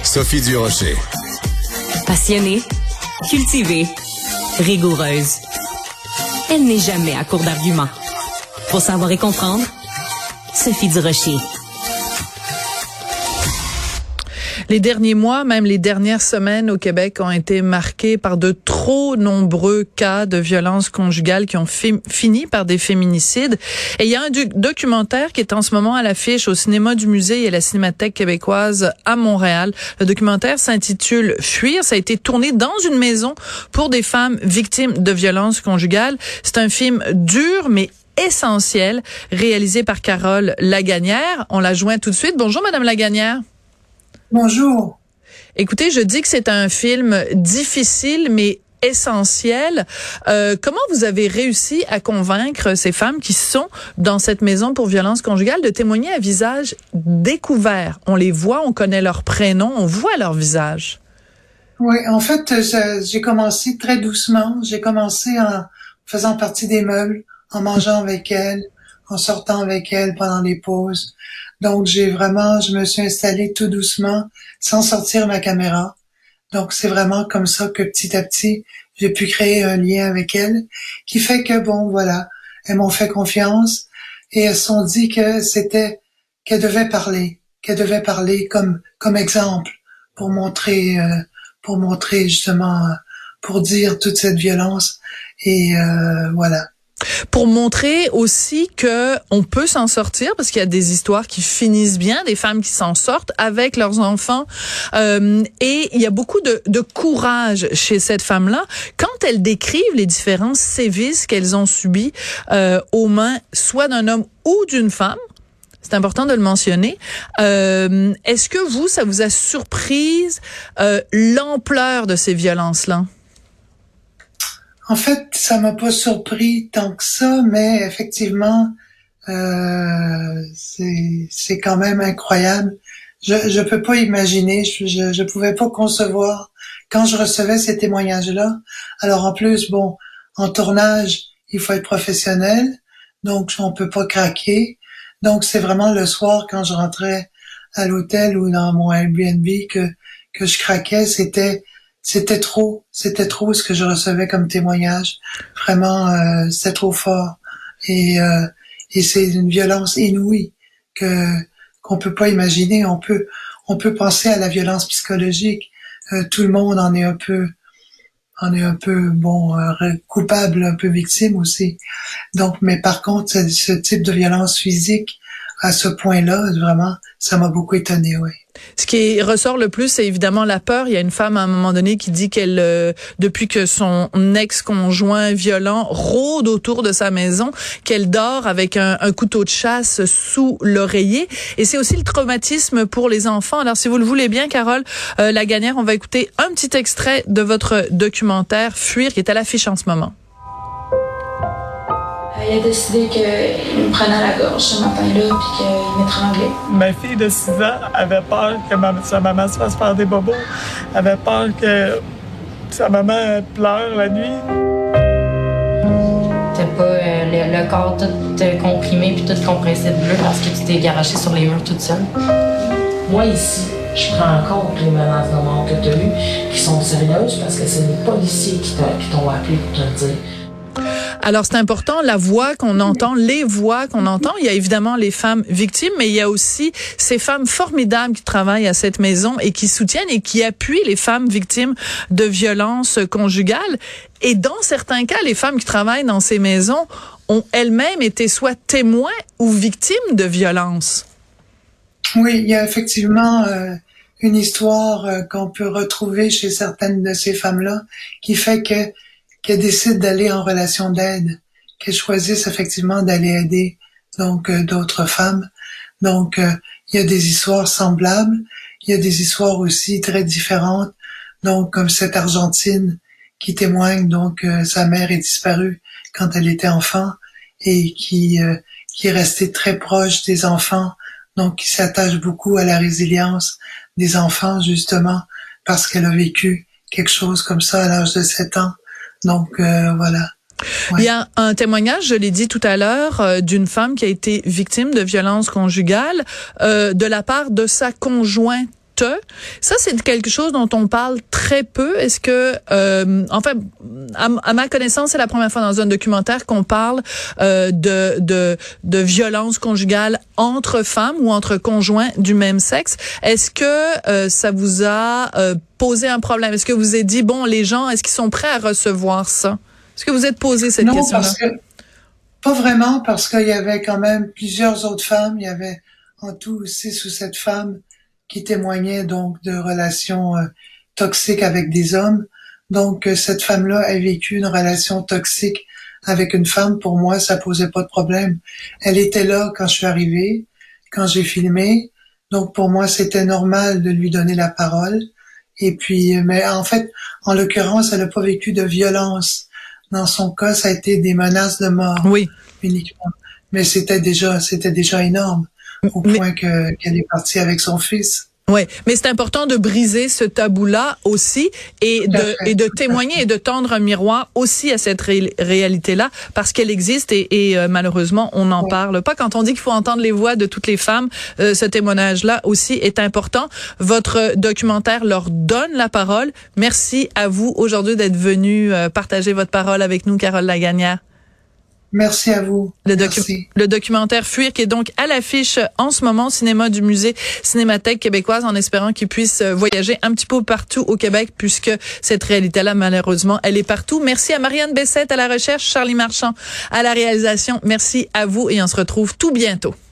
Sophie Durocher. Passionnée, cultivée, rigoureuse. Elle n'est jamais à court d'arguments. Pour savoir et comprendre, Sophie Durocher. Les derniers mois, même les dernières semaines au Québec ont été marquées par de trop nombreux cas de violences conjugales qui ont fini par des féminicides. Et il y a un documentaire qui est en ce moment à l'affiche au cinéma du Musée et à la Cinémathèque québécoise à Montréal. Le documentaire s'intitule Fuir. Ça a été tourné dans une maison pour des femmes victimes de violences conjugales. C'est un film dur, mais essentiel, réalisé par Carole Lagagnière. On la joint tout de suite. Bonjour, Madame Lagagnière. Bonjour. Écoutez, je dis que c'est un film difficile, mais essentiel. Comment vous avez réussi à convaincre ces femmes qui sont dans cette maison pour violence conjugale de témoigner à visage découvert? On les voit, on connaît leurs prénoms, on voit leur visage. Oui, en fait, j'ai commencé très doucement. J'ai commencé en faisant partie des meubles, en mangeant avec elles, en sortant avec elles pendant les pauses. Donc, je me suis installée tout doucement, sans sortir ma caméra. Donc, c'est vraiment comme ça que petit à petit, j'ai pu créer un lien avec elles, qui fait que, bon, voilà, elles m'ont fait confiance et elles se sont dit que qu'elles devaient parler comme exemple pour montrer justement, pour dire toute cette violence et voilà. Pour montrer aussi que on peut s'en sortir, parce qu'il y a des histoires qui finissent bien, des femmes qui s'en sortent avec leurs enfants, et il y a beaucoup de courage chez cette femme-là quand elles décrivent les différents sévices qu'elles ont subis aux mains soit d'un homme ou d'une femme. C'est important de le mentionner. Est-ce que ça vous a surprise l'ampleur de ces violences-là? En fait, ça m'a pas surpris tant que ça, mais effectivement, c'est quand même incroyable. Je peux pas imaginer, je pouvais pas concevoir quand je recevais ces témoignages-là. Alors en plus, bon, en tournage, il faut être professionnel, donc on peut pas craquer. Donc c'est vraiment le soir quand je rentrais à l'hôtel ou dans mon Airbnb que je craquais. C'était trop ce que je recevais comme témoignage. Vraiment, c'était trop fort. Et c'est une violence inouïe qu'on peut pas imaginer. On peut penser à la violence psychologique. Tout le monde en est un peu coupable, un peu victime aussi. Donc, mais par contre, ce type de violence physique à ce point-là, vraiment, ça m'a beaucoup étonnée, oui. Ce qui ressort le plus, c'est évidemment la peur. Il y a une femme à un moment donné qui dit qu'elle, depuis que son ex-conjoint violent rôde autour de sa maison, qu'elle dort avec un couteau de chasse sous l'oreiller. Et c'est aussi le traumatisme pour les enfants. Alors, si vous le voulez bien, Carole Lagagnière, on va écouter un petit extrait de votre documentaire Fuir, qui est à l'affiche en ce moment. Il a décidé qu'il me prenait à la gorge ce matin-là puis qu'il m'étranglait. Ma fille de 6 ans avait peur que sa maman se fasse faire des bobos. Avait peur que sa maman pleure la nuit. T'as pas le corps tout comprimé puis tout compressé de bleu parce que tu t'es garoché sur les murs toute seule. Moi, ici, je prends en compte les menaces de mort que tu as eues qui sont sérieuses parce que c'est les policiers qui t'ont appelé pour te le dire. Alors, c'est important, la voix qu'on entend, les voix qu'on entend. Il y a évidemment les femmes victimes, mais il y a aussi ces femmes formidables qui travaillent à cette maison et qui soutiennent et qui appuient les femmes victimes de violences conjugales. Et dans certains cas, les femmes qui travaillent dans ces maisons ont elles-mêmes été soit témoins ou victimes de violences. Oui, il y a effectivement une histoire qu'on peut retrouver chez certaines de ces femmes-là qui fait qu'elles décident d'aller en relation d'aide, qu'elles choisissent effectivement d'aller aider donc d'autres femmes. Donc il y a des histoires semblables, il y a des histoires aussi très différentes. Donc comme cette Argentine qui témoigne donc sa mère est disparue quand elle était enfant et qui est restée très proche des enfants, donc qui s'attache beaucoup à la résilience des enfants justement parce qu'elle a vécu quelque chose comme ça à l'âge de 7 ans. Donc voilà. Ouais. Il y a un témoignage, je l'ai dit tout à l'heure, d'une femme qui a été victime de violences conjugales de la part de sa conjointe. Ça, c'est quelque chose dont on parle très peu. Est-ce que, enfin, à ma connaissance, c'est la première fois dans un documentaire qu'on parle de violence conjugale entre femmes ou entre conjoints du même sexe. Est-ce que ça vous a posé un problème? Est-ce que vous avez dit, bon, les gens, est-ce qu'ils sont prêts à recevoir ça? Est-ce que vous êtes posé cette question-là? Non, pas vraiment, parce qu'il y avait quand même plusieurs autres femmes. Il y avait en tout 6 ou 7 femmes qui témoignaient donc de relations toxiques avec des hommes. Donc, cette femme-là a vécu une relation toxique avec une femme. Pour moi, ça posait pas de problème. Elle était là quand je suis arrivée, quand j'ai filmé. Donc, pour moi, c'était normal de lui donner la parole. Et puis, mais en fait, en l'occurrence, elle n'a pas vécu de violence. Dans son cas, ça a été des menaces de mort. Oui. Uniquement. Mais c'était déjà énorme. Au point qu'elle est partie avec son fils. Oui, mais c'est important de briser ce tabou-là aussi et de témoigner et de tendre un miroir aussi à cette réalité-là parce qu'elle existe et malheureusement on n'en parle pas. Quand on dit qu'il faut entendre les voix de toutes les femmes, ce témoignage-là aussi est important. Votre documentaire leur donne la parole. Merci à vous aujourd'hui d'être venu partager votre parole avec nous, Carole Lagagnière. Merci à vous. Le documentaire Fuir qui est donc à l'affiche en ce moment au cinéma du musée Cinémathèque québécoise en espérant qu'il puisse voyager un petit peu partout au Québec puisque cette réalité-là, malheureusement, elle est partout. Merci à Marianne Bessette à la recherche, Charlie Marchand à la réalisation. Merci à vous et on se retrouve tout bientôt.